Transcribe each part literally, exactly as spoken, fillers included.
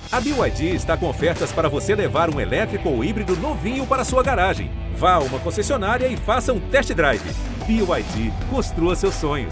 A B Y D está com ofertas para você levar um elétrico ou híbrido novinho para sua garagem. Vá a uma concessionária e faça um test drive. B Y D, construa seus sonhos.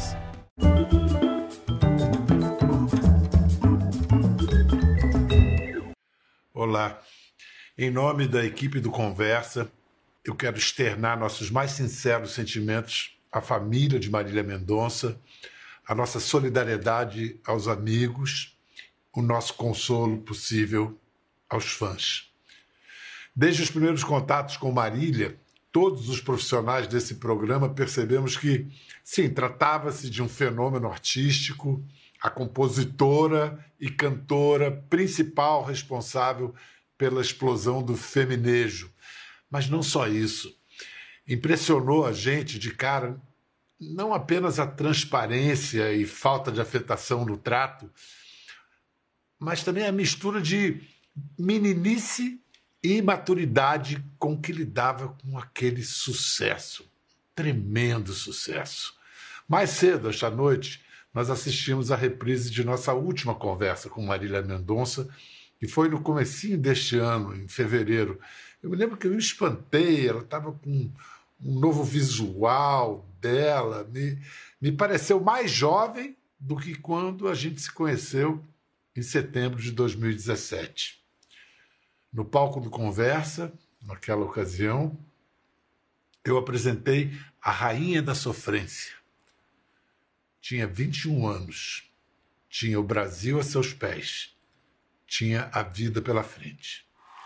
Olá, em nome da equipe do Conversa, eu quero externar nossos mais sinceros sentimentos à família de Marília Mendonça, a nossa solidariedade aos amigos, o nosso consolo possível aos fãs. Desde os primeiros contatos com Marília, todos os profissionais desse programa percebemos que, sim, tratava-se de um fenômeno artístico, a compositora e cantora principal responsável pela explosão do feminejo. Mas não só isso. Impressionou a gente de cara não apenas a transparência e falta de afetação no trato, mas também a mistura de meninice e maturidade com que lidava com aquele sucesso, tremendo sucesso. Mais cedo, esta noite, nós assistimos à reprise de nossa última conversa com Marília Mendonça, que foi no comecinho deste ano, em fevereiro. Eu me lembro que eu me espantei, ela estava com um novo visual dela, me, me pareceu mais jovem do que quando a gente se conheceu em setembro de dois mil e dezessete. No palco do Conversa, naquela ocasião, eu apresentei a Rainha da Sofrência. Tinha vinte e um anos, tinha o Brasil a seus pés, tinha a vida pela frente.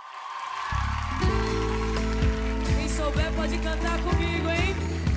Quem souber pode cantar comigo, hein?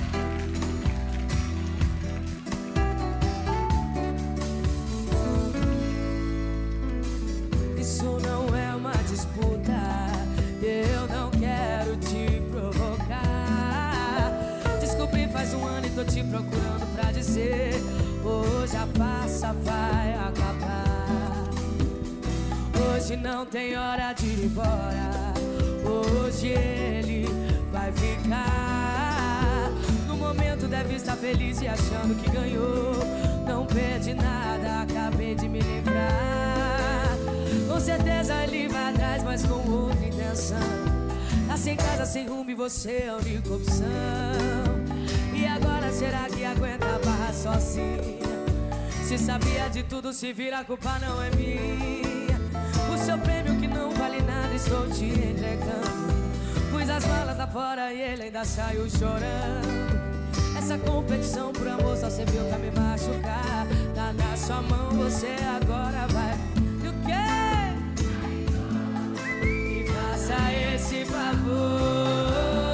Isso não é uma disputa, eu não quero te provocar. Descobri faz um ano e tô te procurando pra dizer, hoje a farsa vai acabar. Hoje não tem hora de ir embora, hoje ele vai ficar. No momento deve estar feliz e achando que ganhou, não perde nada, acabei de me livrar. Com certeza ele vai atrás, mas com outra intenção. Tá sem casa, sem rumo e você é a única opção. E agora será que aguenta a barra sozinha? Se sabia de tudo, se vira, a culpa não é minha. O seu prêmio que não vale nada estou te entregando. Pus as malas lá fora e ele ainda saiu chorando. Essa competição por amor só serviu pra me machucar. Tá na sua mão, você agora vai. E o quê? Me faça esse favor.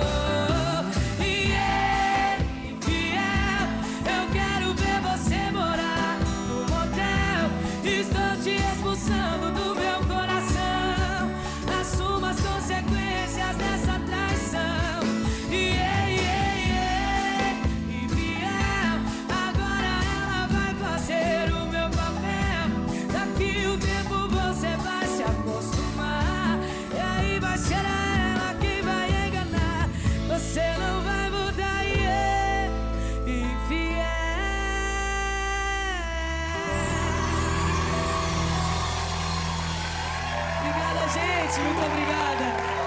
Muito obrigada.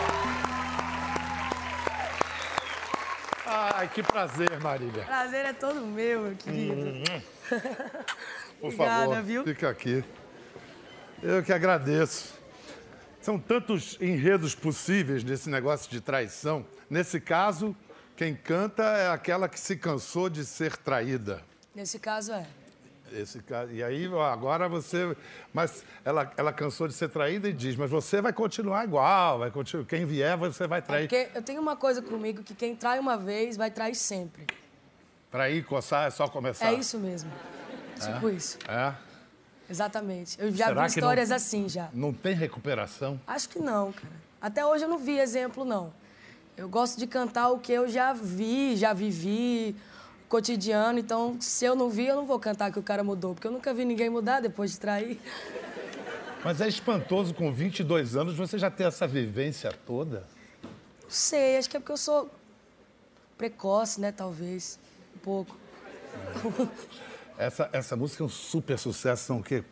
Ai, que prazer, Marília. Prazer é todo meu, meu querido. Hum. Por Obrigada, favor, viu? fica aqui. Eu que agradeço. São tantos enredos possíveis nesse negócio de traição. Nesse caso, quem canta é aquela que se cansou de ser traída. Nesse caso é. Esse caso, e aí, agora você... Mas ela, ela cansou de ser traída e diz, mas você vai continuar igual, vai continuar, quem vier, você vai trair. É porque eu tenho uma coisa comigo, que quem trai uma vez, vai trair sempre. Trair, coçar, é só começar? É isso mesmo. É? Tipo isso. É? Exatamente. Eu já Será vi histórias não, assim, já. Não tem recuperação? Acho que não, cara. Até hoje eu não vi exemplo, não. Eu gosto de cantar o que eu já vi, já vivi... cotidiano, então se eu não vi, eu não vou cantar que o cara mudou, porque eu nunca vi ninguém mudar depois de trair. Mas é espantoso, com vinte e dois anos, você já ter essa vivência toda? Não sei, acho que é porque eu sou precoce, né, talvez, um pouco. Essa, essa música é um super sucesso, são o quê? Quatro,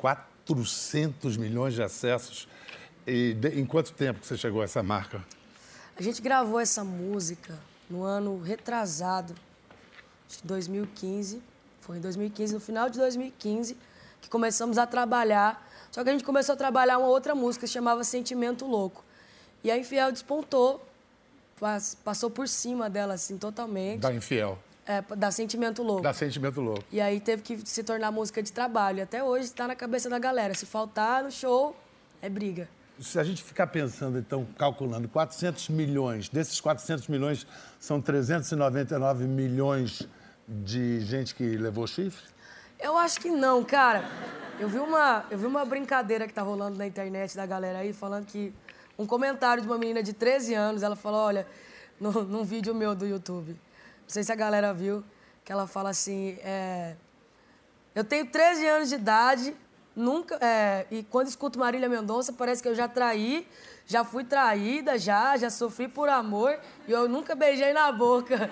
quatrocentos milhões de acessos. E de, em quanto tempo que você chegou a essa marca? A gente gravou essa música no ano retrasado, acho que dois mil e quinze. Foi em dois mil e quinze, no final de dois mil e quinze, que começamos a trabalhar. Só que a gente começou a trabalhar uma outra música que se chamava Sentimento Louco. E a Infiel despontou, passou por cima dela, assim, totalmente. Da Infiel. É, da Sentimento Louco. Da Sentimento Louco. E aí teve que se tornar música de trabalho. E até hoje está na cabeça da galera. Se faltar no show, é briga. Se a gente ficar pensando, então, calculando quatrocentos milhões, desses quatrocentos milhões, são trezentos e noventa e nove milhões de gente que levou chifre? Eu acho que não, cara. Eu vi uma, eu vi uma brincadeira que tá rolando na internet da galera aí, falando que... Um comentário de uma menina de treze anos, ela falou, olha, no, num vídeo meu do YouTube, não sei se a galera viu, que ela fala assim, é, eu tenho treze anos de idade, nunca, é, e quando escuto Marília Mendonça, parece que eu já traí, já fui traída, já, já sofri por amor, e eu nunca beijei na boca.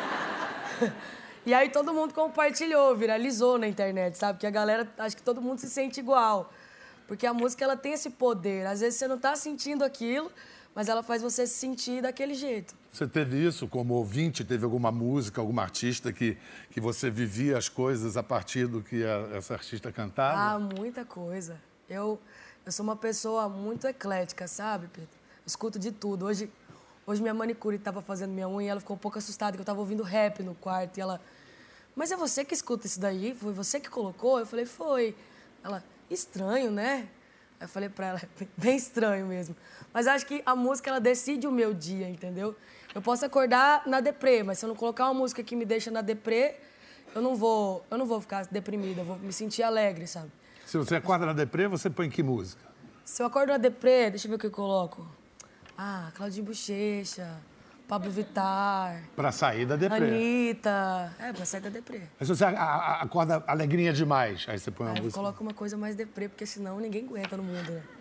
E aí todo mundo compartilhou, viralizou na internet, sabe? Porque a galera, acho que todo mundo se sente igual. Porque a música, ela tem esse poder. Às vezes você não está sentindo aquilo, mas ela faz você se sentir daquele jeito. Você teve isso como ouvinte? Teve alguma música, alguma artista que, que você vivia as coisas a partir do que a, essa artista cantava? Ah, muita coisa. Eu, eu sou uma pessoa muito eclética, sabe, Pedro? Eu escuto de tudo. Hoje, hoje minha manicure estava fazendo minha unha e ela ficou um pouco assustada que eu estava ouvindo rap no quarto. E ela, mas é você que escuta isso daí? Foi você que colocou? Eu falei, foi. Ela... Estranho, né? Aí eu falei pra ela, bem estranho mesmo. Mas acho que a música, ela decide o meu dia, entendeu? Eu posso acordar na deprê, mas se eu não colocar uma música que me deixa na deprê, eu não vou, eu não vou ficar deprimida, eu vou me sentir alegre, sabe? Se você acorda na deprê, você põe que música? Se eu acordo na deprê, deixa eu ver o que eu coloco. Ah, Claudinho Bochecha, Pablo Vittar... Pra sair da deprê. Anitta... É, pra sair da deprê. Mas se você a, a, acorda alegrinha demais, aí você põe uma aí música... coloca uma coisa mais deprê, porque senão ninguém aguenta no mundo, né?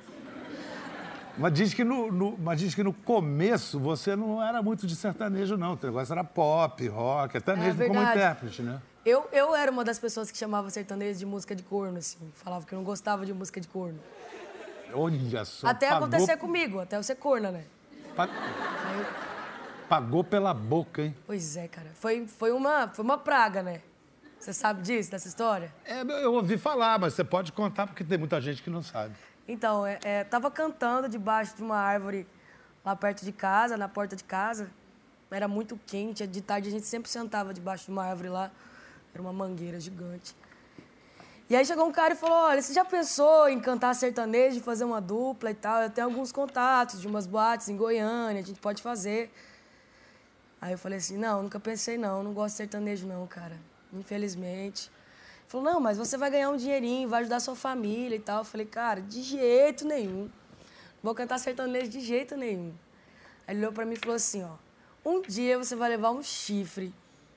Mas diz, que no, no, mas diz que no começo você não era muito de sertanejo, não. O negócio era pop, rock, até mesmo é como intérprete, né? Eu, eu era uma das pessoas que chamava sertanejo de música de corno, assim. Falava que eu não gostava de música de corno. Olha só, Até pagou... acontecer comigo, até eu ser corna, né? Pa... Aí... Pagou pela boca, hein? Pois é, cara. Foi, foi, uma, foi uma praga, né? Você sabe disso, dessa história? É, eu ouvi falar, mas você pode contar porque tem muita gente que não sabe. Então, é, é, tava cantando debaixo de uma árvore lá perto de casa, na porta de casa. Era muito quente, de tarde a gente sempre sentava debaixo de uma árvore lá. Era uma mangueira gigante. E aí chegou um cara e falou, olha, você já pensou em cantar sertanejo, fazer uma dupla e tal? Eu tenho alguns contatos de umas boates em Goiânia, a gente pode fazer. Aí eu falei assim, não, nunca pensei não, não gosto de sertanejo não, cara, infelizmente. Ele falou, não, mas você vai ganhar um dinheirinho, vai ajudar a sua família e tal. Eu falei, cara, de jeito nenhum, não vou cantar sertanejo de jeito nenhum. Aí ele olhou pra mim e falou assim, ó, um dia você vai levar um chifre.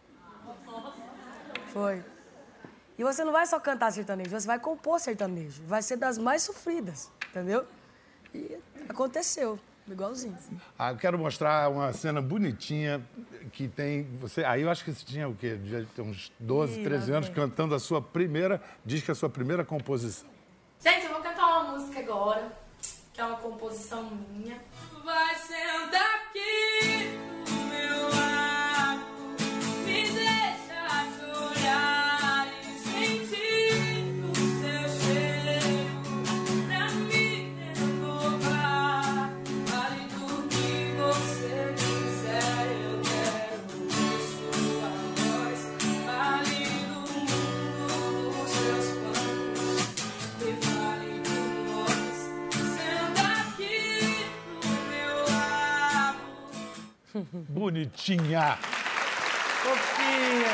Foi. E você não vai só cantar sertanejo, você vai compor sertanejo. Vai ser das mais sofridas, entendeu? E aconteceu, igualzinho. Ah, eu quero mostrar uma cena bonitinha que tem... Você, aí eu acho que você tinha o quê? Devia ter uns doze, Ih, treze anos bem. cantando a sua primeira... Diz que é a sua primeira composição. Gente, eu vou cantar uma música agora, que é uma composição minha. Vai sentar aqui no meu lado, me deixa te olhar e sentir o seu cheiro pra me renovar. Vale do que você quiser, eu quero ouvir sua voz. Vale do mundo dos seus planos, me fale de nós. Senta aqui no meu lado. Bonitinha! Fofinha.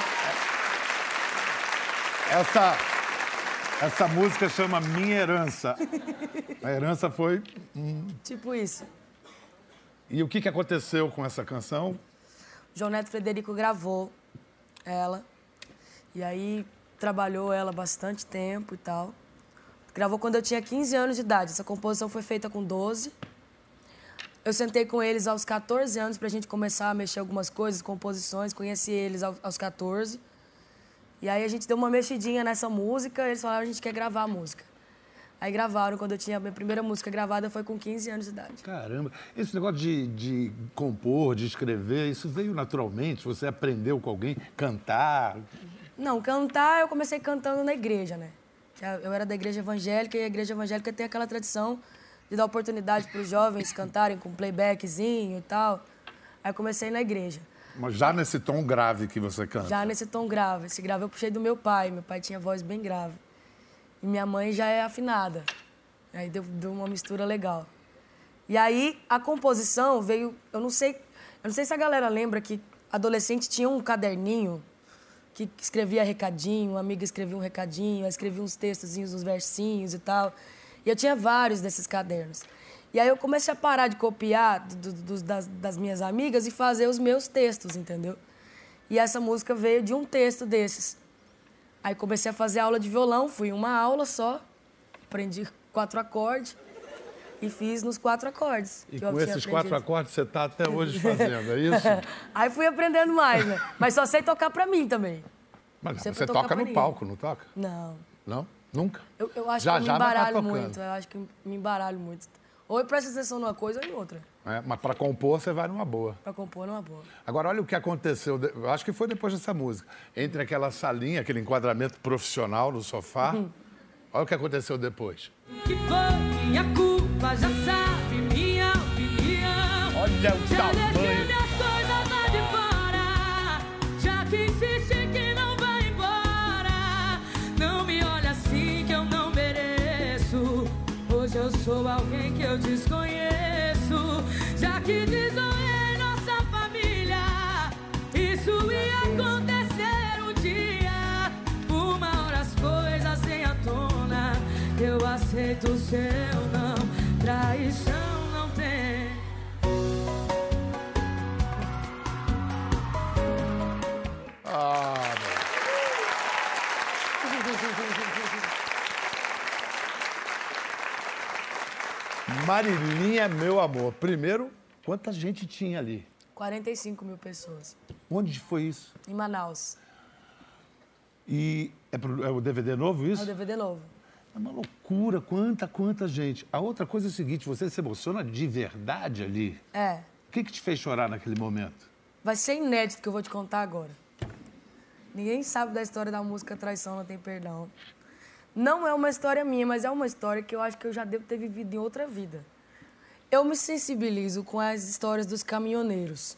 Essa, essa música chama Minha Herança. A herança foi... Tipo isso. E o que, que aconteceu com essa canção? João Neto Frederico gravou ela. E aí trabalhou ela bastante tempo e tal. Gravou quando eu tinha quinze anos de idade. Essa composição foi feita com doze. Eu sentei com eles aos quatorze anos pra gente começar a mexer algumas coisas, composições. Conheci eles aos aos quatorze. E aí a gente deu uma mexidinha nessa música. Eles falaram, a gente quer gravar a música. Aí gravaram, quando eu tinha a minha primeira música gravada, foi com quinze anos de idade. Caramba, esse negócio de, de compor, de escrever, isso veio naturalmente? Você aprendeu com alguém? Cantar? Não, cantar, eu comecei cantando na igreja, né? Eu era da igreja evangélica e a igreja evangélica tem aquela tradição de dar oportunidade para os jovens cantarem com playbackzinho e tal. Aí eu comecei na igreja. Mas já nesse tom grave que você canta? Já nesse tom grave. Esse grave eu puxei do meu pai. Meu pai tinha voz bem grave. E minha mãe já é afinada. Aí deu, deu uma mistura legal. E aí, a composição veio... Eu não sei, eu não sei se a galera lembra que adolescente tinha um caderninho que escrevia recadinho, uma amiga escrevia um recadinho, eu escrevia uns textozinhos, uns versinhos e tal. E eu tinha vários desses cadernos. E aí eu comecei a parar de copiar do, do, das, das minhas amigas e fazer os meus textos, entendeu? E essa música veio de um texto desses. Aí comecei a fazer aula de violão, fui uma aula só, aprendi quatro acordes e fiz nos quatro acordes. E com esses quatro acordes você está até hoje fazendo, é isso? Aí fui aprendendo mais, né? Mas só sei tocar pra mim também. Mas você toca no palco, não toca? Não. Não? Nunca? Eu, eu acho já, que eu já me embaralho tá muito, eu acho que me embaralho muito. Ou eu presto atenção numa coisa ou em outra. É, mas para compor você vai numa boa. Para compor numa boa. Agora, olha o que aconteceu, eu acho que foi depois dessa música. Entre aquela salinha, aquele enquadramento profissional no sofá, uhum. Olha o que aconteceu depois. Que foi minha culpa, já sabe minha opinião. Olha o já tamanho. Minhas coisas lá de fora, já que insiste que não vai embora. Não me olha assim que eu não mereço. Hoje eu sou alguém que eu desconheço. Já que desonrei nossa família, isso ia acontecer um dia. Uma hora as coisas vêm à tona, eu aceito o seu não, traição não tem. Ah, Marilinha, meu amor. Primeiro, quanta gente tinha ali? quarenta e cinco mil pessoas. Onde foi isso? Em Manaus. E é, pro, é o D V D novo isso? É o D V D novo. É uma loucura, quanta, quanta gente. A outra coisa é o seguinte, você se emociona de verdade ali? É. O que que te fez chorar naquele momento? Vai ser inédito que eu vou te contar agora. Ninguém sabe da história da música Traição Não Tem Perdão. Não é uma história minha, mas é uma história que eu acho que eu já devo ter vivido em outra vida. Eu me sensibilizo com as histórias dos caminhoneiros.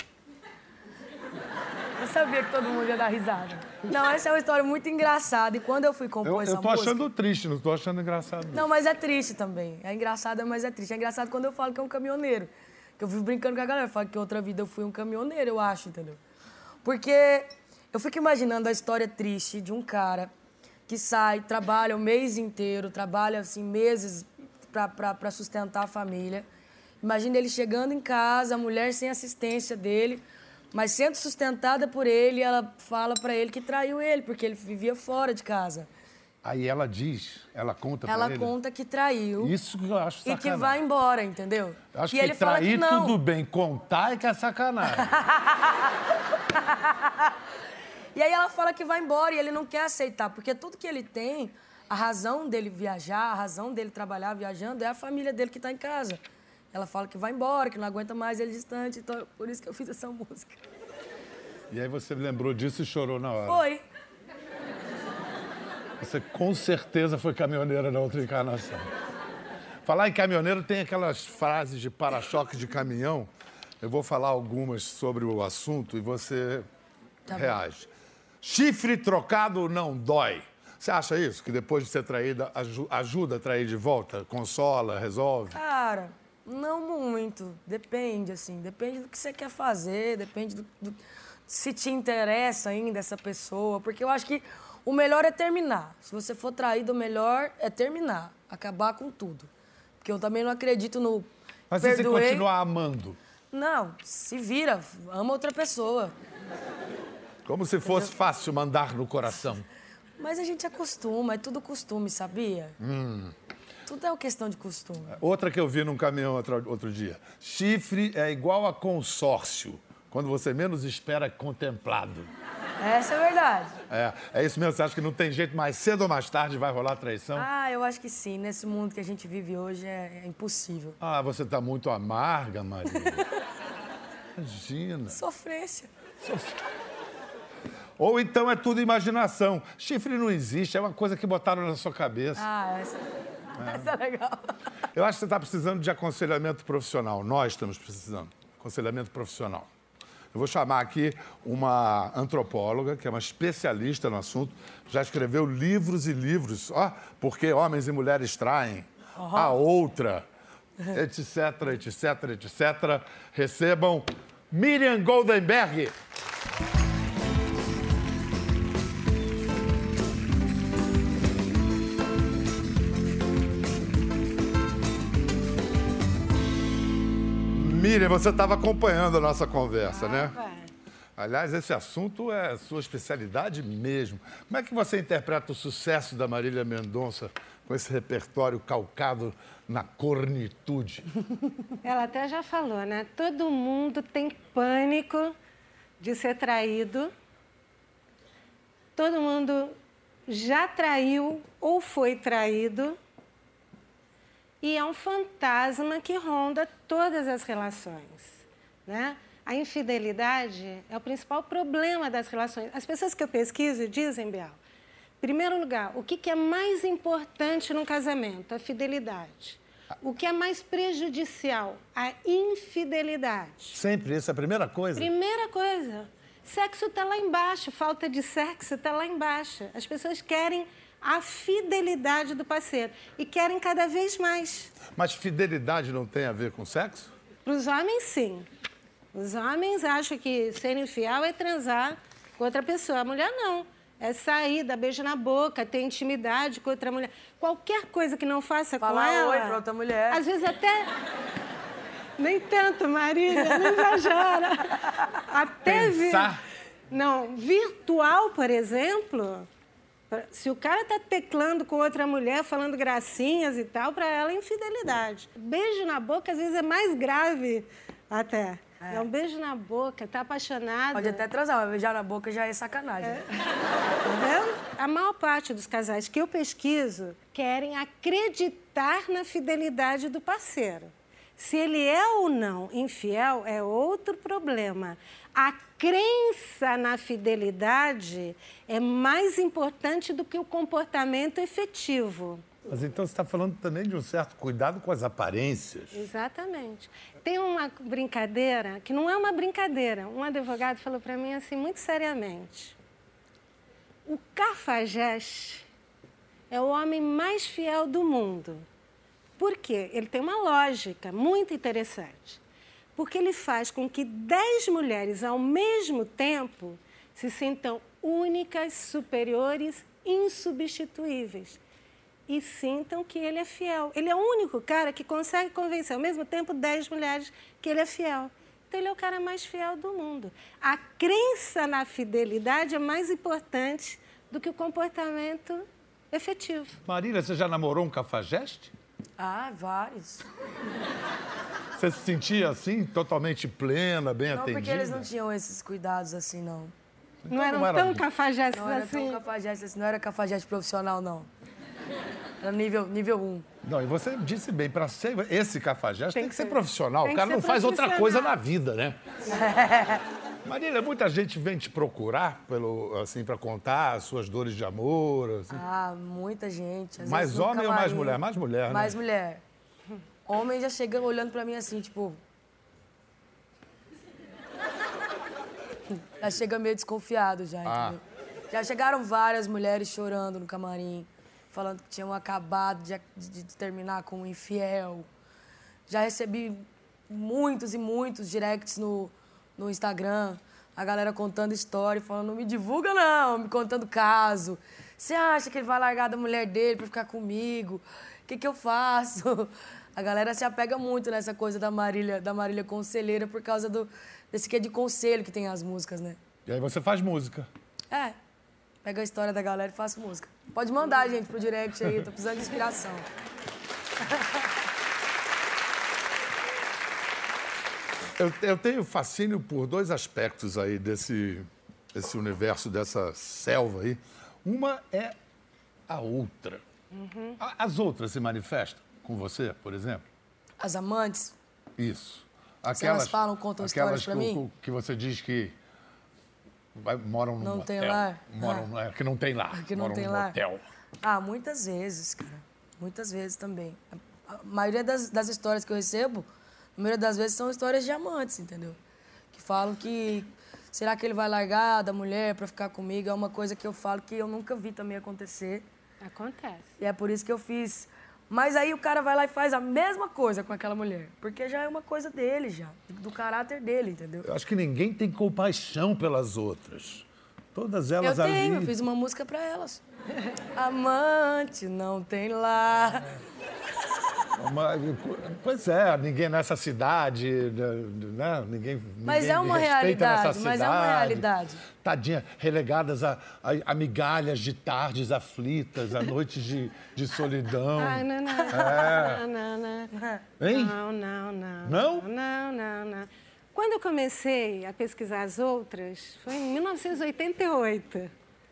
Eu sabia que todo mundo ia dar risada. Não, essa é uma história muito engraçada. E quando eu fui compor eu, essa música... Eu tô música... achando triste, não tô achando engraçado. Não. não, mas é triste também. É engraçado, mas é triste. É engraçado quando eu falo que é um caminhoneiro. Que eu vivo brincando com a galera. Eu falo que outra vida eu fui um caminhoneiro, eu acho, entendeu? Porque eu fico imaginando a história triste de um cara que sai, trabalha o mês inteiro, trabalha, assim, meses para sustentar a família. Imagina ele chegando em casa, a mulher sem assistência dele, mas sendo sustentada por ele, ela fala para ele que traiu ele, porque ele vivia fora de casa. Aí ela diz, ela conta pra ela ele? Ela conta que traiu. Isso que eu acho sacanagem. E que vai embora, entendeu? Acho e que ele trair fala que não. tudo bem, contar é que é sacanagem. E aí ela fala que vai embora e ele não quer aceitar, porque tudo que ele tem, a razão dele viajar, a razão dele trabalhar viajando, é a família dele que está em casa. Ela fala que vai embora, que não aguenta mais ele distante, então por isso que eu fiz essa música. E aí você lembrou disso e chorou na hora? Foi. Você com certeza foi caminhoneira na outra encarnação. Falar em caminhoneiro tem aquelas frases de para-choque de caminhão. Eu vou falar algumas sobre o assunto e você tá reage. Bom. Chifre trocado não dói. Você acha isso? Que depois de ser traída, ajuda a trair de volta? Consola, resolve? Cara, não muito. Depende, assim. Depende do que você quer fazer, depende do, do se te interessa ainda essa pessoa. Porque eu acho que o melhor é terminar. Se você for traído, o melhor é terminar. Acabar com tudo. Porque eu também não acredito no Mas perdoei. se você continuar amando? Não, se vira. Ama outra pessoa. Como se fosse Entendeu? Fácil mandar no coração. Mas a gente acostuma, é tudo costume, sabia? Hum. Tudo é uma questão de costume. Outra que eu vi num caminhão outro, outro dia. Chifre é igual a consórcio. Quando você menos espera, é contemplado. Essa é a verdade. É, é isso mesmo? Você acha que não tem jeito, mais cedo ou mais tarde vai rolar traição? Ah, eu acho que sim. Nesse mundo que a gente vive hoje é, é impossível. Ah, você tá muito amarga, Maria. Imagina. Sofrência. Sof... Ou então é tudo imaginação. Chifre não existe, é uma coisa que botaram na sua cabeça. Ah, essa é, essa é legal. Eu acho que você está precisando de aconselhamento profissional. Nós estamos precisando. Aconselhamento profissional. Eu vou chamar aqui uma antropóloga, que é uma especialista no assunto, já escreveu livros e livros, ó, porque homens e mulheres traem, uhum. A outra, etc, etc, etcétera. Recebam Miriam Goldenberg. Miriam, você estava acompanhando a nossa conversa, ah, né? Vai. Aliás, esse assunto é sua especialidade mesmo. Como é que você interpreta o sucesso da Marília Mendonça com esse repertório calcado na cornitude? Ela até já falou, né? Todo mundo tem pânico de ser traído. Todo mundo já traiu ou foi traído. E é um fantasma que ronda todas as relações, né? A infidelidade é o principal problema das relações. As pessoas que eu pesquiso dizem, Bial, em primeiro lugar, o que é mais importante num casamento? A fidelidade. O que é mais prejudicial? A infidelidade. Sempre isso é a primeira coisa? Primeira coisa. Sexo está lá embaixo, falta de sexo está lá embaixo. As pessoas querem a fidelidade do parceiro e querem cada vez mais. Mas fidelidade não tem a ver com sexo? Para os homens, sim. Os homens acham que ser infiel é transar com outra pessoa. A mulher não. É sair, dar beijo na boca, ter intimidade com outra mulher. Qualquer coisa que não faça Falar com ela... oi pra outra mulher. Às vezes até... Nem tanto, Marília, não exagera. Até... Pensar? Vi... Não, virtual, por exemplo... Se o cara tá teclando com outra mulher, falando gracinhas e tal, para ela é infidelidade. Beijo na boca, às vezes, é mais grave até. É, é um beijo na boca, tá apaixonado. Pode até transar, mas beijar na boca já é sacanagem. É. Tá vendo? A maior parte dos casais que eu pesquiso querem acreditar na fidelidade do parceiro. Se ele é ou não infiel, é outro problema. A crença na fidelidade é mais importante do que o comportamento efetivo. Mas então você está falando também de um certo cuidado com as aparências. Exatamente. Tem uma brincadeira, que não é uma brincadeira. Um advogado falou para mim assim, muito seriamente. O cafajeste é o homem mais fiel do mundo. Por quê? Ele tem uma lógica muito interessante. Porque ele faz com que dez mulheres ao mesmo tempo se sintam únicas, superiores, insubstituíveis. E sintam que ele é fiel. Ele é o único cara que consegue convencer ao mesmo tempo dez mulheres que ele é fiel. Então ele é o cara mais fiel do mundo. A crença na fidelidade é mais importante do que o comportamento efetivo. Marília, você já namorou um cafajeste? Ah, vários. Você se sentia assim, totalmente plena, bem não, atendida? Não, porque eles não tinham esses cuidados assim, não. Então, não eram não era tão cafajestes assim? Não era tão cafajestes assim, não era cafajeste profissional, não. Era nível, nível um. Não, e você disse bem, para ser esse cafajeste tem, tem que ser, ser profissional. Tem o cara não faz outra coisa na vida, né? Marília, muita gente vem te procurar pelo, assim, para contar as suas dores de amor. Assim. Ah, muita gente. Às mais homem ou mais mulher? Mais mulher, né? Mais mulher. Homem já chega olhando pra mim assim, tipo... Já chega meio desconfiado já, ah. entendeu? Já chegaram várias mulheres chorando no camarim, falando que tinham acabado de, de, de terminar com um infiel. Já recebi muitos e muitos directs no, no Instagram, a galera contando história, falando, não me divulga não, me contando caso. Você acha que ele vai largar da mulher dele pra ficar comigo? O que que eu faço? A galera se apega muito nessa coisa da Marília, da Marília conselheira por causa do, desse quê de conselho que tem as músicas, né? E aí você faz música? É. Pega a história da galera e faço música. Pode mandar, gente, pro direct aí, tô precisando de inspiração. Eu, eu tenho fascínio por dois aspectos aí desse, esse universo dessa selva aí. Uma é a outra. Uhum. As outras se manifestam com você, por exemplo? As amantes? Isso. Aquelas, Se elas falam, contam histórias pra mim? Que você diz que vai, moram no Não hotel. tem lar? Moram, ah. Que não tem lar. Que não moram tem no lar? hotel. Ah, muitas vezes, cara. Muitas vezes também. A maioria das, das histórias que eu recebo, a maioria das vezes são histórias de amantes, entendeu? Que falam que... Será que ele vai largar da mulher pra ficar comigo? É uma coisa que eu falo que eu nunca vi também acontecer. Acontece. E é por isso que eu fiz. Mas aí o cara vai lá e faz a mesma coisa com aquela mulher. Porque já é uma coisa dele, já. Do caráter dele, entendeu? Eu acho que ninguém tem compaixão pelas outras. Todas elas eu tenho, ali... eu fiz uma música pra elas. Amante não tem lar. Uma, pois é, ninguém nessa cidade, né? Ninguém, mas ninguém é uma realidade, mas cidade, é uma realidade. Tadinha, relegadas a, a, a migalhas de tardes aflitas, a noites de, de solidão. Ai, não, não. É. Não, não, não. Hein? Não, não, não. Não? Não, não, não. Quando eu comecei a pesquisar as outras, foi em mil novecentos e oitenta e oito.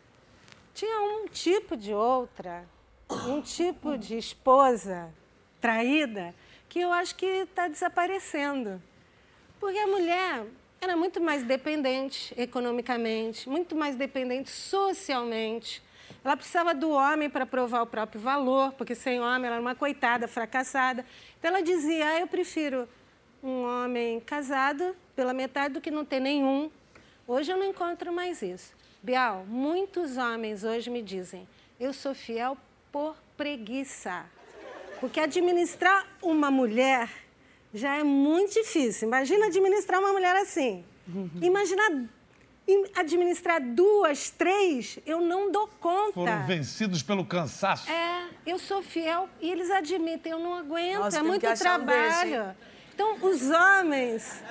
Tinha um tipo de outra, um tipo de esposa traída, que eu acho que está desaparecendo. Porque a mulher era muito mais dependente economicamente, muito mais dependente socialmente. Ela precisava do homem para provar o próprio valor, porque sem homem ela era uma coitada, fracassada. Então ela dizia, ah, eu prefiro um homem casado pela metade do que não ter nenhum. Hoje eu não encontro mais isso. Bial, muitos homens hoje me dizem, eu sou fiel por preguiça. Porque administrar uma mulher já é muito difícil. Imagina administrar uma mulher assim. Uhum. Imagina administrar duas, três, eu não dou conta. Foram vencidos pelo cansaço. É, eu sou fiel e eles admitem, eu não aguento, Nossa, é muito trabalho. Um então, os homens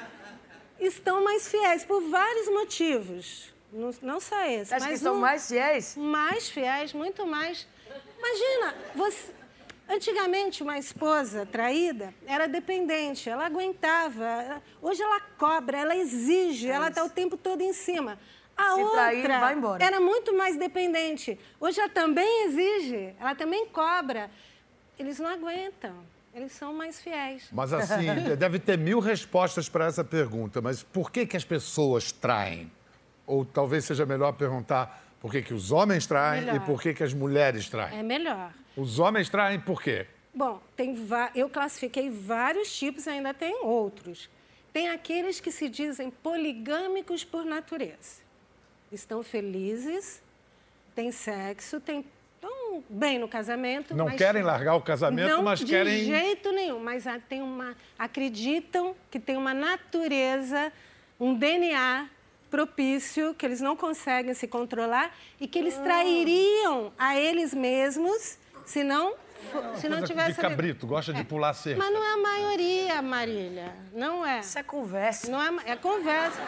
estão mais fiéis por vários motivos. Não, não só esse. Acho mas que são um, mais fiéis? Mais fiéis, muito mais. Imagina, você... Antigamente, uma esposa traída era dependente, ela aguentava. Hoje ela cobra, ela exige, é ela está o tempo todo em cima. A Se outra trair, vai embora. Era muito mais dependente. Hoje ela também exige, ela também cobra. Eles não aguentam, eles são mais fiéis. Mas assim, deve ter mil respostas para essa pergunta, mas por que que as pessoas traem? Ou talvez seja melhor perguntar por que que os homens traem melhor. E por que que as mulheres traem. É melhor. Os homens traem por quê? Bom, tem eu classifiquei vários tipos e ainda tem outros. Tem aqueles que se dizem poligâmicos por natureza. Estão felizes, têm sexo, têm, estão bem no casamento. Não mas querem largar o casamento, não, mas de querem... de jeito nenhum, mas tem uma, acreditam que tem uma natureza, um D N A propício, que eles não conseguem se controlar e que eles trairiam a eles mesmos se não, se não tivesse... De cabrito, gosta de pular cerca. Mas não é a maioria, Marília, não é. Isso é conversa. Não é, é conversa.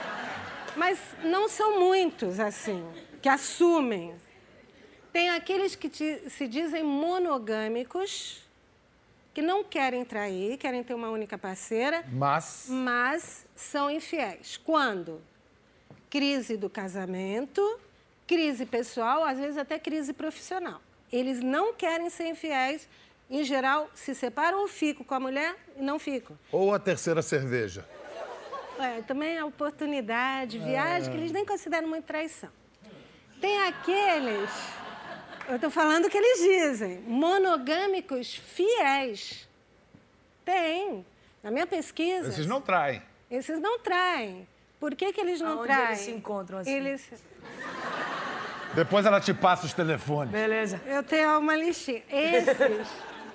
Mas não são muitos, assim, que assumem. Tem aqueles que te, se dizem monogâmicos, que não querem trair, querem ter uma única parceira, mas, mas são infiéis. Quando? Crise do casamento, crise pessoal, às vezes até crise profissional. Eles não querem ser infiéis, em geral, se separam ou ficam com a mulher e não ficam. Ou a terceira cerveja. É, também a oportunidade, viagem, é. que eles nem consideram muito traição. Tem aqueles, eu estou falando o que eles dizem, monogâmicos fiéis. Tem. Na minha pesquisa... Esses não traem. Esses não traem. Por que que eles não Aonde traem? eles se encontram assim? Eles... Depois ela te passa os telefones. Beleza. Eu tenho uma listinha. Esses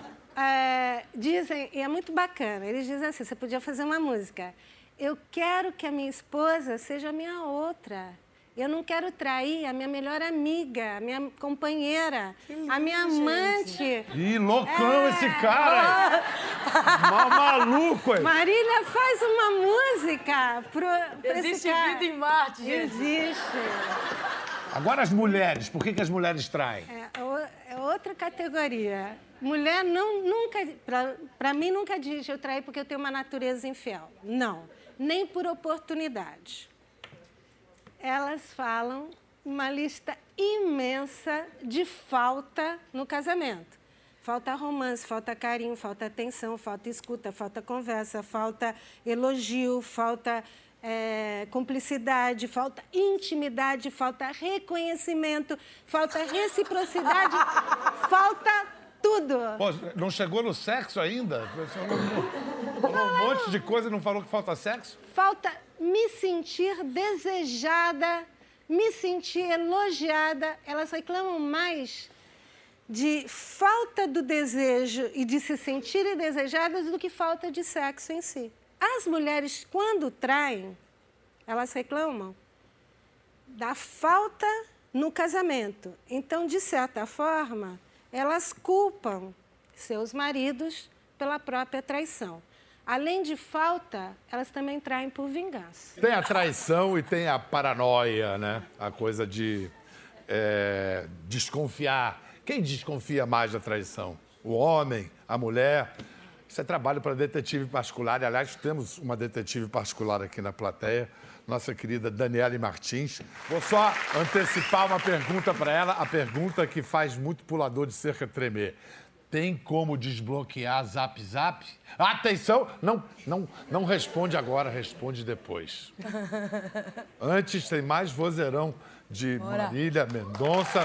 é, dizem, e é muito bacana, eles dizem assim, você podia fazer uma música. Eu quero que a minha esposa seja a minha outra. Eu não quero trair a minha melhor amiga, a minha companheira, lindo, a minha amante. Gente. Ih, loucão é... esse cara! Mal maluco! Aí. Marília faz uma música pro, pra Existe esse cara. Vida em Marte, gente. Existe. Agora as mulheres, por que que as mulheres traem? É, é outra categoria. Mulher não, nunca, para mim, nunca diz eu traí porque eu tenho uma natureza infiel. Não, nem por oportunidade. elas falam uma lista imensa de falta no casamento. Falta romance, falta carinho, falta atenção, falta escuta, falta conversa, falta elogio, falta é, cumplicidade, falta intimidade, falta reconhecimento, falta reciprocidade, falta tudo. Pô, não chegou no sexo ainda? Falou um monte de coisa e não falou que falta sexo? Falta me sentir desejada, me sentir elogiada. Elas reclamam mais de falta do desejo e de se sentirem desejadas do que falta de sexo em si. As mulheres, quando traem, elas reclamam da falta no casamento. Então, de certa forma, elas culpam seus maridos pela própria traição. Além de falta, elas também traem por vingança. Tem a traição e tem a paranoia, né? A coisa de é, desconfiar. Quem desconfia mais da traição? O homem, a mulher? Isso é trabalho para detetive particular. E, aliás, temos uma detetive particular aqui na plateia, nossa querida Daniele Martins. Vou só antecipar uma pergunta para ela, a pergunta que faz muito pulador de cerca tremer. Tem como desbloquear Zap Zap? Atenção! Não, não, não responde agora, responde depois. Antes, tem mais vozeirão de Bora. Marília Mendonça.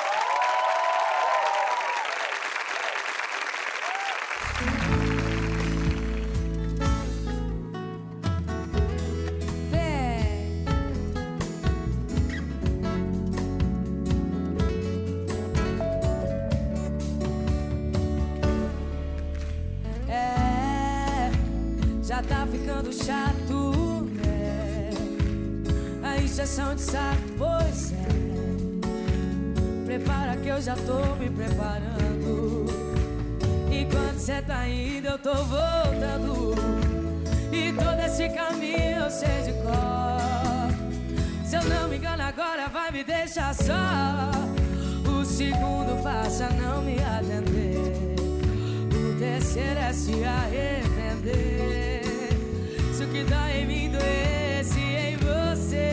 Já tá ficando chato, né? A injeção de saco, pois é. Prepara que eu já tô me preparando. E quando cê tá indo, eu tô voltando. E todo esse caminho eu sei de cor. Se eu não me engano agora vai me deixar só. O segundo passa a não me atender. O terceiro é se arrepender. Se o que dói em mim doesse em você.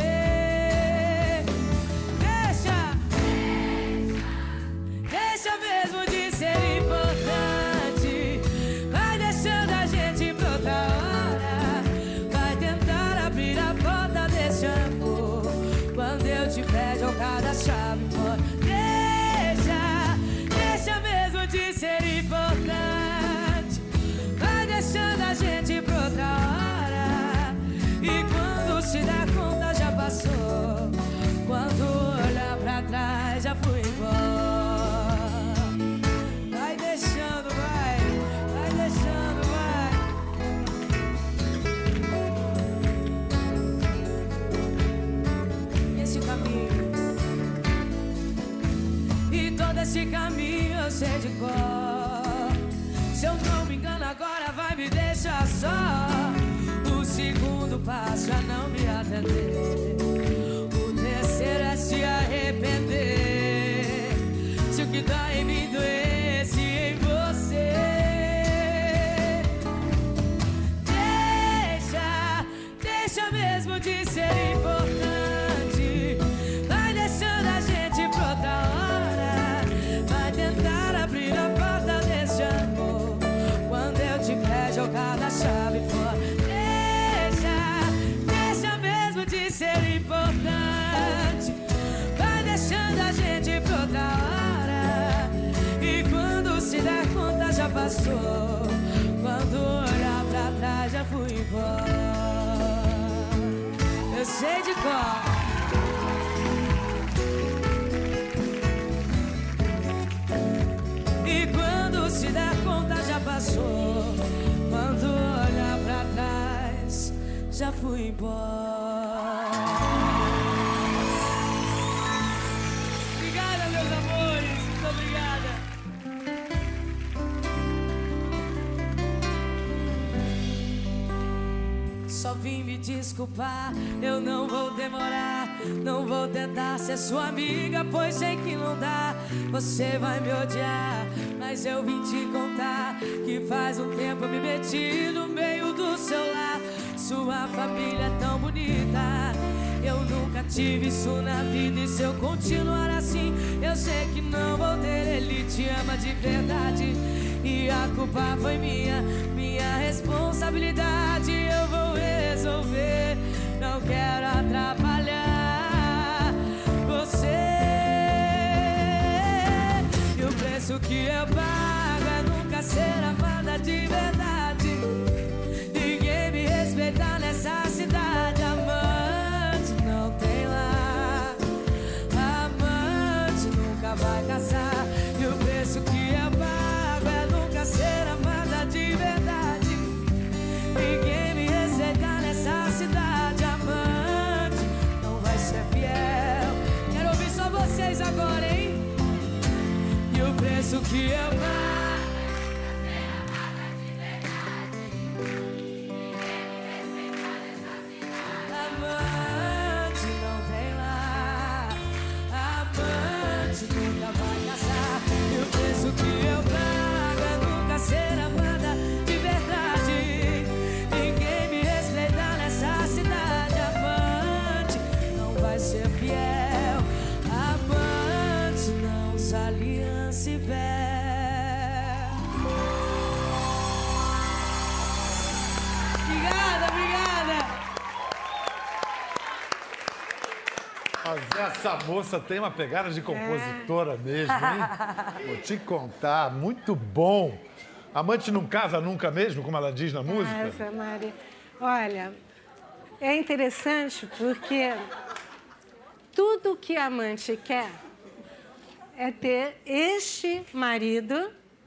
Deixa, deixa mesmo de ser importante. Vai deixando a gente pra outra hora. Vai tentar abrir a porta desse amor. Quando eu tiver jogado a chave fora. Deixa, deixa mesmo de ser importante. Vai deixando a gente pra outra hora. E quando se dá conta já passou. Quando olhar pra trás já fui embora. Vai deixando, vai. Vai deixando, vai. Esse caminho. E todo esse caminho eu sei de cor. Se eu não me engano agora vai me deixar só. O segundo passo é não me atender. O terceiro é se arrepender. Se o que dói em mim doesse em você. Deixa, deixa mesmo de ser importante. Vai deixando a gente pra outra hora. Vai tentar abrir a porta desse amor. Quando eu tiver jogado a chave fora. Ser importante. Vai deixando a gente pra outra hora. E quando se der conta já passou. Quando olhar pra trás já fui embora. Eu sei de cor. E quando se der conta já passou. Quando olhar pra trás já fui embora. Obrigada, meus amores. Muito obrigada. Só vim me desculpar. Eu não vou demorar. Não vou tentar ser sua amiga, pois sei que não dá. Você vai me odiar, mas eu vim te contar que faz um tempo eu me meti no meio do seu lar. Sua família é tão bonita Eu nunca tive isso na vida e se eu continuar assim, eu sei que não vou ter. Ele te ama de verdade e a culpa foi minha, minha responsabilidade. Eu vou resolver, não quero atrapalhar você. E o preço que eu pago é nunca ser amada de verdade. Ninguém me respeita nessa cidade. Amante não tem lá, amante nunca vai casar. E o preço que eu pago é nunca ser amada de verdade. Ninguém me respeita nessa cidade. Amante não vai ser fiel. Quero ouvir só vocês agora, hein? E o preço que eu pago nunca vai casar. E o preço que eu pago é nunca ser amada de verdade. Ninguém me respeita nessa cidade. Amante não vai ser fiel. Amante não se aliança e véu. Obrigada, obrigada. Mas essa moça tem uma pegada de compositora mesmo, hein? Vou te contar, muito bom. Amante não casa nunca mesmo, como ela diz na música? Essa, Maria. Olha, é interessante porque tudo que a amante quer é ter este marido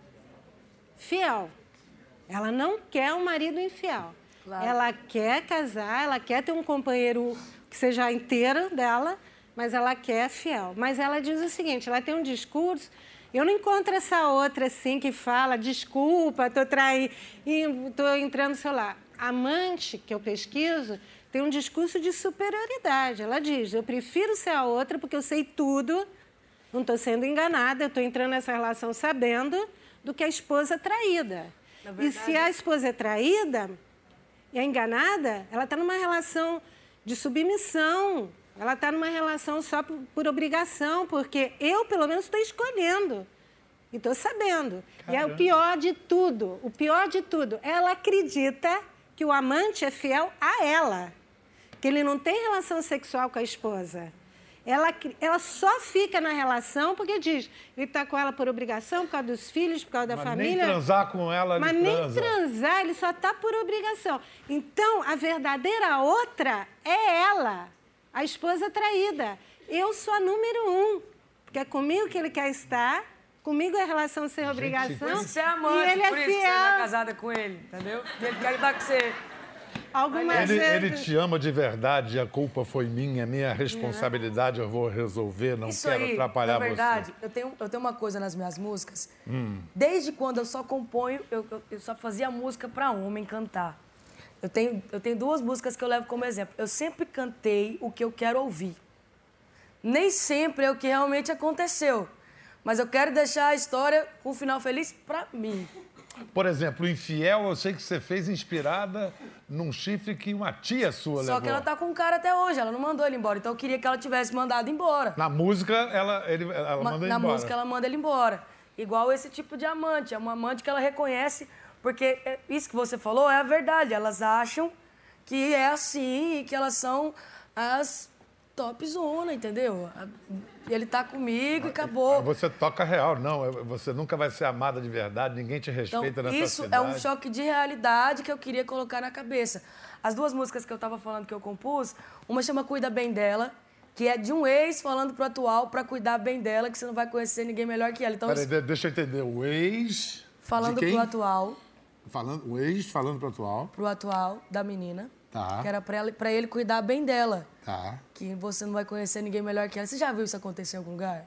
fiel. Ela não quer um marido infiel. Claro. Ela quer casar, ela quer ter um companheiro que seja inteiro dela, mas ela quer fiel. Mas ela diz o seguinte, ela tem um discurso, eu não encontro essa outra assim que fala, desculpa, tô traindo, tô entrando no celular. Amante, que eu pesquiso, tem um discurso de superioridade. Ela diz, eu prefiro ser a outra porque eu sei tudo, não estou sendo enganada, eu estou entrando nessa relação sabendo do que a esposa traída. E se a esposa é traída e é enganada, ela está numa relação de submissão. Ela está numa relação só por, por obrigação, porque eu, pelo menos, estou escolhendo. E estou sabendo. Caramba. E é o pior de tudo, o pior de tudo, ela acredita que o amante é fiel a ela, que ele não tem relação sexual com a esposa. Ela, ela só fica na relação porque diz, ele está com ela por obrigação, por causa dos filhos, por causa da Mas família. nem transar com ela, Mas ele nem transa. transar, ele só está por obrigação. Então, a verdadeira outra é ela, a esposa traída. Eu sou a número um, porque é comigo que ele quer estar, comigo é relação sem obrigação. Por isso você é amante, e ele é por isso fiel. que você não é casada com ele, entendeu? Ele quer estar com você. Algumas Ele, vezes... ele te ama de verdade, a culpa foi minha, é minha responsabilidade, eu vou resolver, não Isso quero aí, atrapalhar na verdade, você. eu tenho, eu tenho uma coisa nas minhas músicas. Hum. Desde quando eu só componho, eu, eu, eu só fazia música para homem cantar. Eu tenho, eu tenho duas músicas que eu levo como exemplo. Eu sempre cantei o que eu quero ouvir. Nem sempre é o que realmente aconteceu. Mas eu quero deixar a história com um final feliz para mim. Por exemplo, o Infiel, eu sei que você fez inspirada num chifre que uma tia sua Só levou. que ela tá com um cara até hoje, ela não mandou ele embora. Então eu queria que ela tivesse mandado embora. Na música, ela, ele, ela Ma- manda ele Na embora. música, ela manda ele embora. Igual esse tipo de amante. É uma amante que ela reconhece, porque é- isso que você falou é a verdade. Elas acham que é assim e que elas são as top zona, entendeu? A- Ele tá comigo e acabou. Você toca real, não. é- Você nunca vai ser amada de verdade, ninguém te Então, respeita nessa isso cidade. é um choque de realidade que eu queria colocar na cabeça. As duas músicas que eu tava falando que eu compus, uma chama Cuida Bem Dela, que é de um ex falando pro atual pra cuidar bem dela, que você não vai conhecer ninguém melhor que ela. Então, Peraí, de- deixa eu entender. O ex... falando de quem? pro atual, Falando, o ex falando pro atual. pro atual da menina, Tá. que era pra, ela, pra ele cuidar bem dela. Tá. Que você não vai conhecer ninguém melhor que ela. Você já viu isso acontecer em algum lugar?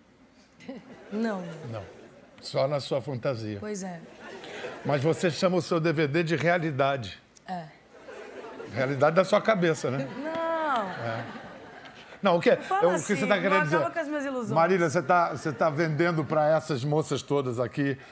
Não. Não. Só na sua fantasia. Pois é. Mas você chama o seu D V D de realidade. É. Realidade da sua cabeça, né? Não. Não, o que, fala eu- o que assim, você está não querendo dizer? acaba com as minhas ilusões. Marília, você está você tá vendendo para essas moças todas aqui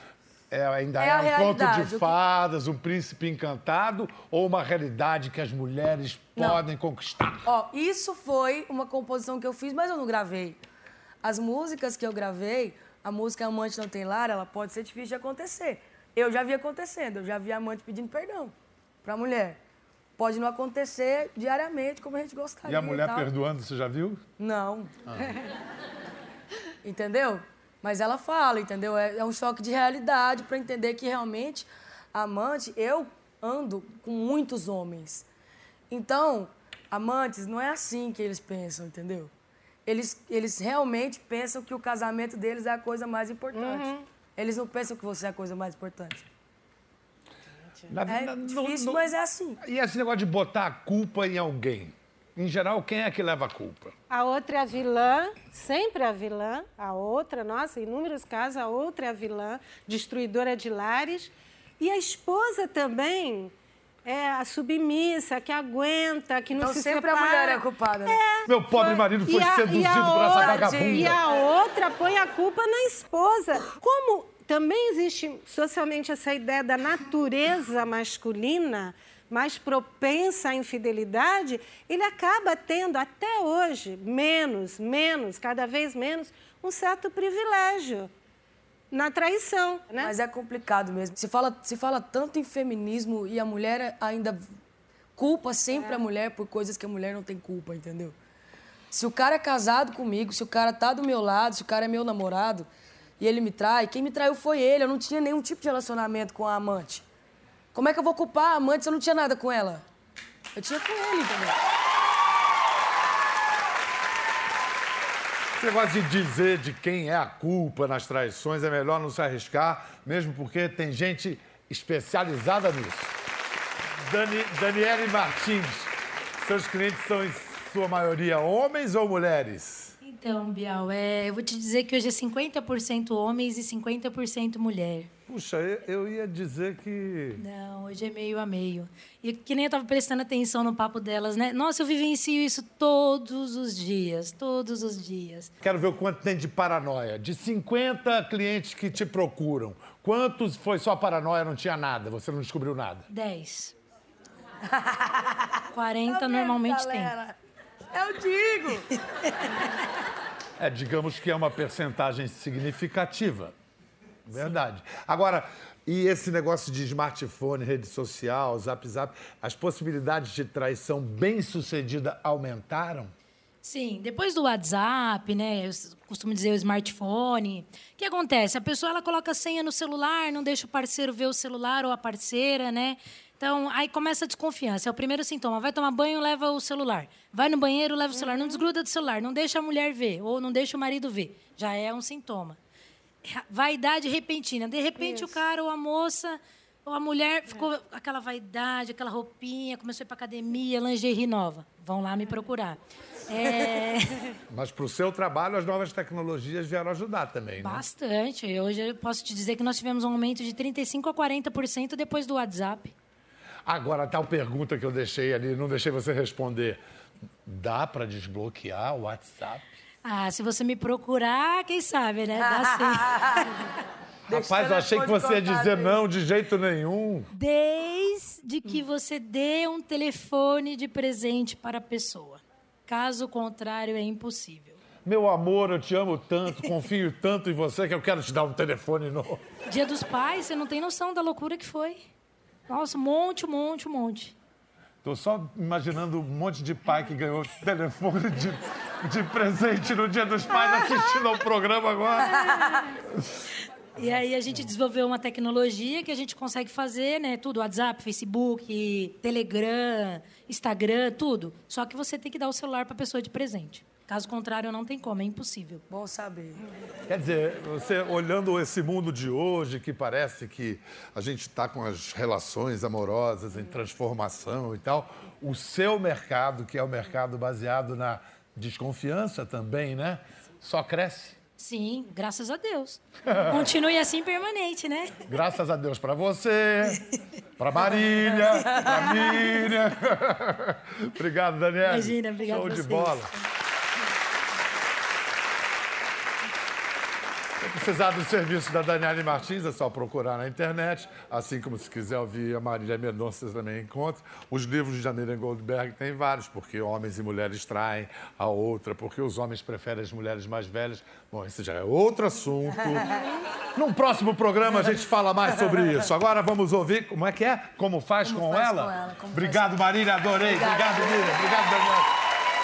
É, ainda É é, a um conto realidade, o de que- fadas, um príncipe encantado ou uma realidade que as mulheres Não. podem conquistar? Ó, isso foi uma composição que eu fiz, mas eu não gravei. As músicas que eu gravei, a música Amante Não Tem Lar, ela pode ser difícil de acontecer. Eu já vi acontecendo, eu já vi amante pedindo perdão pra mulher. Pode não acontecer diariamente, como a gente gostaria. E a mulher tal. perdoando, você já viu? Não. Entendeu? Mas ela fala, entendeu? É, é um choque de realidade para entender que realmente, amante, eu ando com muitos homens. Então, amantes, não é assim que eles pensam, entendeu? Eles, eles realmente pensam que o casamento deles é a coisa mais importante. Uhum. Eles não pensam que você é a coisa mais importante. Na- É na- no- difícil, no- mas é assim. E esse negócio de botar a culpa em alguém? Em geral, quem é que leva a culpa? A outra é a vilã, sempre a vilã. A outra, nossa, em inúmeros casos, a outra é a vilã, destruidora de lares. E a esposa também é a submissa, que aguenta, que não Então se sempre separa. a mulher é a culpada, né? Meu pobre marido foi E a- seduzido e a por essa outra- vagabunda. E a outra põe a culpa na esposa. Como também existe socialmente essa ideia da natureza masculina mais propensa à infidelidade, ele acaba tendo, até hoje, menos, menos, cada vez menos, um certo privilégio na traição, né? Mas é complicado mesmo. Se fala, se fala tanto em feminismo e a mulher ainda culpa sempre a mulher por coisas que a mulher não tem culpa, entendeu? Se o cara é casado comigo, se o cara tá do meu lado, se o cara é meu namorado e ele me trai, quem me traiu foi ele. Eu não tinha nenhum tipo de relacionamento com a amante. Como é que eu vou culpar a amante se eu não tinha nada com ela? Eu tinha com ele, entendeu? Esse negócio de dizer de quem é a culpa nas traições é melhor não se arriscar, mesmo porque tem gente especializada nisso. Dani, Daniele Martins, seus clientes são, em sua maioria, homens ou mulheres? Então, Bial, é, eu vou te dizer que hoje é cinquenta por cento homens e cinquenta por cento mulher. Puxa, eu, eu ia dizer que... Não, hoje é meio a meio. E que nem eu estava prestando atenção no papo delas, né? Nossa, eu vivencio isso todos os dias, todos os dias. Quero ver o quanto tem de paranoia. De cinquenta clientes que te procuram, quantos foi só paranoia, não tinha nada, você não descobriu nada? dez. quarenta normalmente tem. Galera, eu digo! É, digamos que é uma percentagem significativa. Verdade. Agora, e esse negócio de smartphone, rede social, zap zap, as possibilidades de traição bem-sucedida aumentaram? Sim, depois do WhatsApp, né? Eu costumo dizer o smartphone. O que acontece? A pessoa ela coloca a senha no celular, não deixa o parceiro ver o celular ou a parceira, né? Então, aí começa a desconfiança. É o primeiro sintoma. Vai tomar banho, leva o celular. Vai no banheiro, leva o celular. Não desgruda do celular. Não deixa a mulher ver ou não deixa o marido ver. Já é um sintoma. Vaidade repentina. De repente, Isso. o cara ou a moça ou a mulher ficou aquela vaidade, aquela roupinha, começou a ir para academia, lingerie nova. Vão lá me procurar. É... Mas para o seu trabalho, as novas tecnologias vieram ajudar também, né? Bastante. Hoje eu posso te dizer que nós tivemos um aumento de trinta e cinco a quarenta por cento depois do WhatsApp. Agora, a tal pergunta que eu deixei ali, não deixei você responder. Dá para desbloquear o WhatsApp? Ah, se você me procurar, quem sabe, né? Dá sim. Rapaz, eu achei que você ia dizer não de jeito nenhum. Desde que você dê um telefone de presente para a pessoa. Caso contrário, é impossível. Meu amor, eu te amo tanto, confio tanto em você que eu quero te dar um telefone novo. Dia dos Pais, você não tem noção da loucura que foi. Nossa, um monte, um monte, um monte. Tô só imaginando um monte de pai que ganhou telefone de, de presente no Dia dos Pais assistindo ao programa agora. E aí a gente desenvolveu uma tecnologia que a gente consegue fazer, né? Tudo, WhatsApp, Facebook, Telegram, Instagram, tudo. Só que você tem que dar o celular para a pessoa de presente. Caso contrário, não tem como, é impossível. Bom saber. Quer dizer, você olhando esse mundo de hoje, que parece que a gente está com as relações amorosas em transformação e tal, o seu mercado, que é o mercado baseado na desconfiança também, né? Só cresce. Sim, graças a Deus. Continue assim permanente, né? Graças a Deus para você, para Marília, para Miriam. Obrigado, Daniela. Imagina, obrigado Show a de vocês. bola. precisar do serviço da Daniele Martins, é só procurar na internet. Assim como se quiser ouvir a Marília Mendonça, você também encontra. Os livros de Miriam Goldberg tem vários, porque homens e mulheres traem a outra, porque os homens preferem as mulheres mais velhas. Bom, esse já é outro assunto. Num próximo programa a gente fala mais sobre isso. Agora vamos ouvir como é que é, como faz, como com, faz ela? com ela. Como Obrigado, faz... Marília, adorei. Obrigado, Obrigado Miriam. Obrigado, Daniel.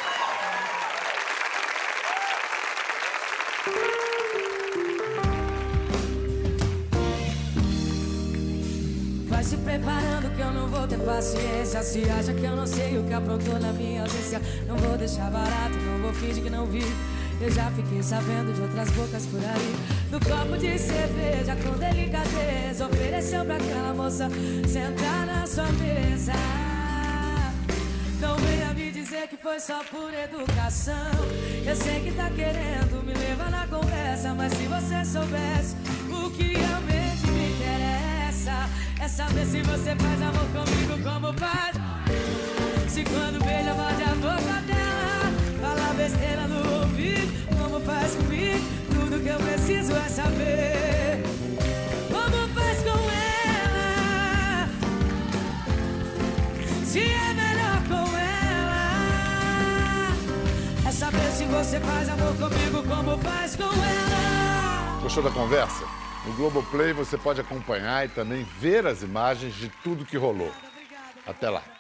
Se preparando que eu não vou ter paciência. Se acha que eu não sei o que aprontou na minha ausência. Não vou deixar barato, não vou fingir que não vi. Eu já fiquei sabendo de outras bocas por aí. Do copo de cerveja com delicadeza ofereceu pra aquela moça sentar na sua mesa. Não venha me dizer que foi só por educação. Eu sei que tá querendo me levar na conversa, mas se você soubesse o que realmente me interessa é saber se você faz amor comigo como faz. Se quando beija morde a boca dela, fala besteira no ouvido, como faz comigo. Tudo que eu preciso é saber como faz com ela. Se é melhor com ela. É saber se você faz amor comigo como faz com ela. Gostou da conversa? No Globoplay você pode acompanhar e também ver as imagens de tudo que rolou. Até lá.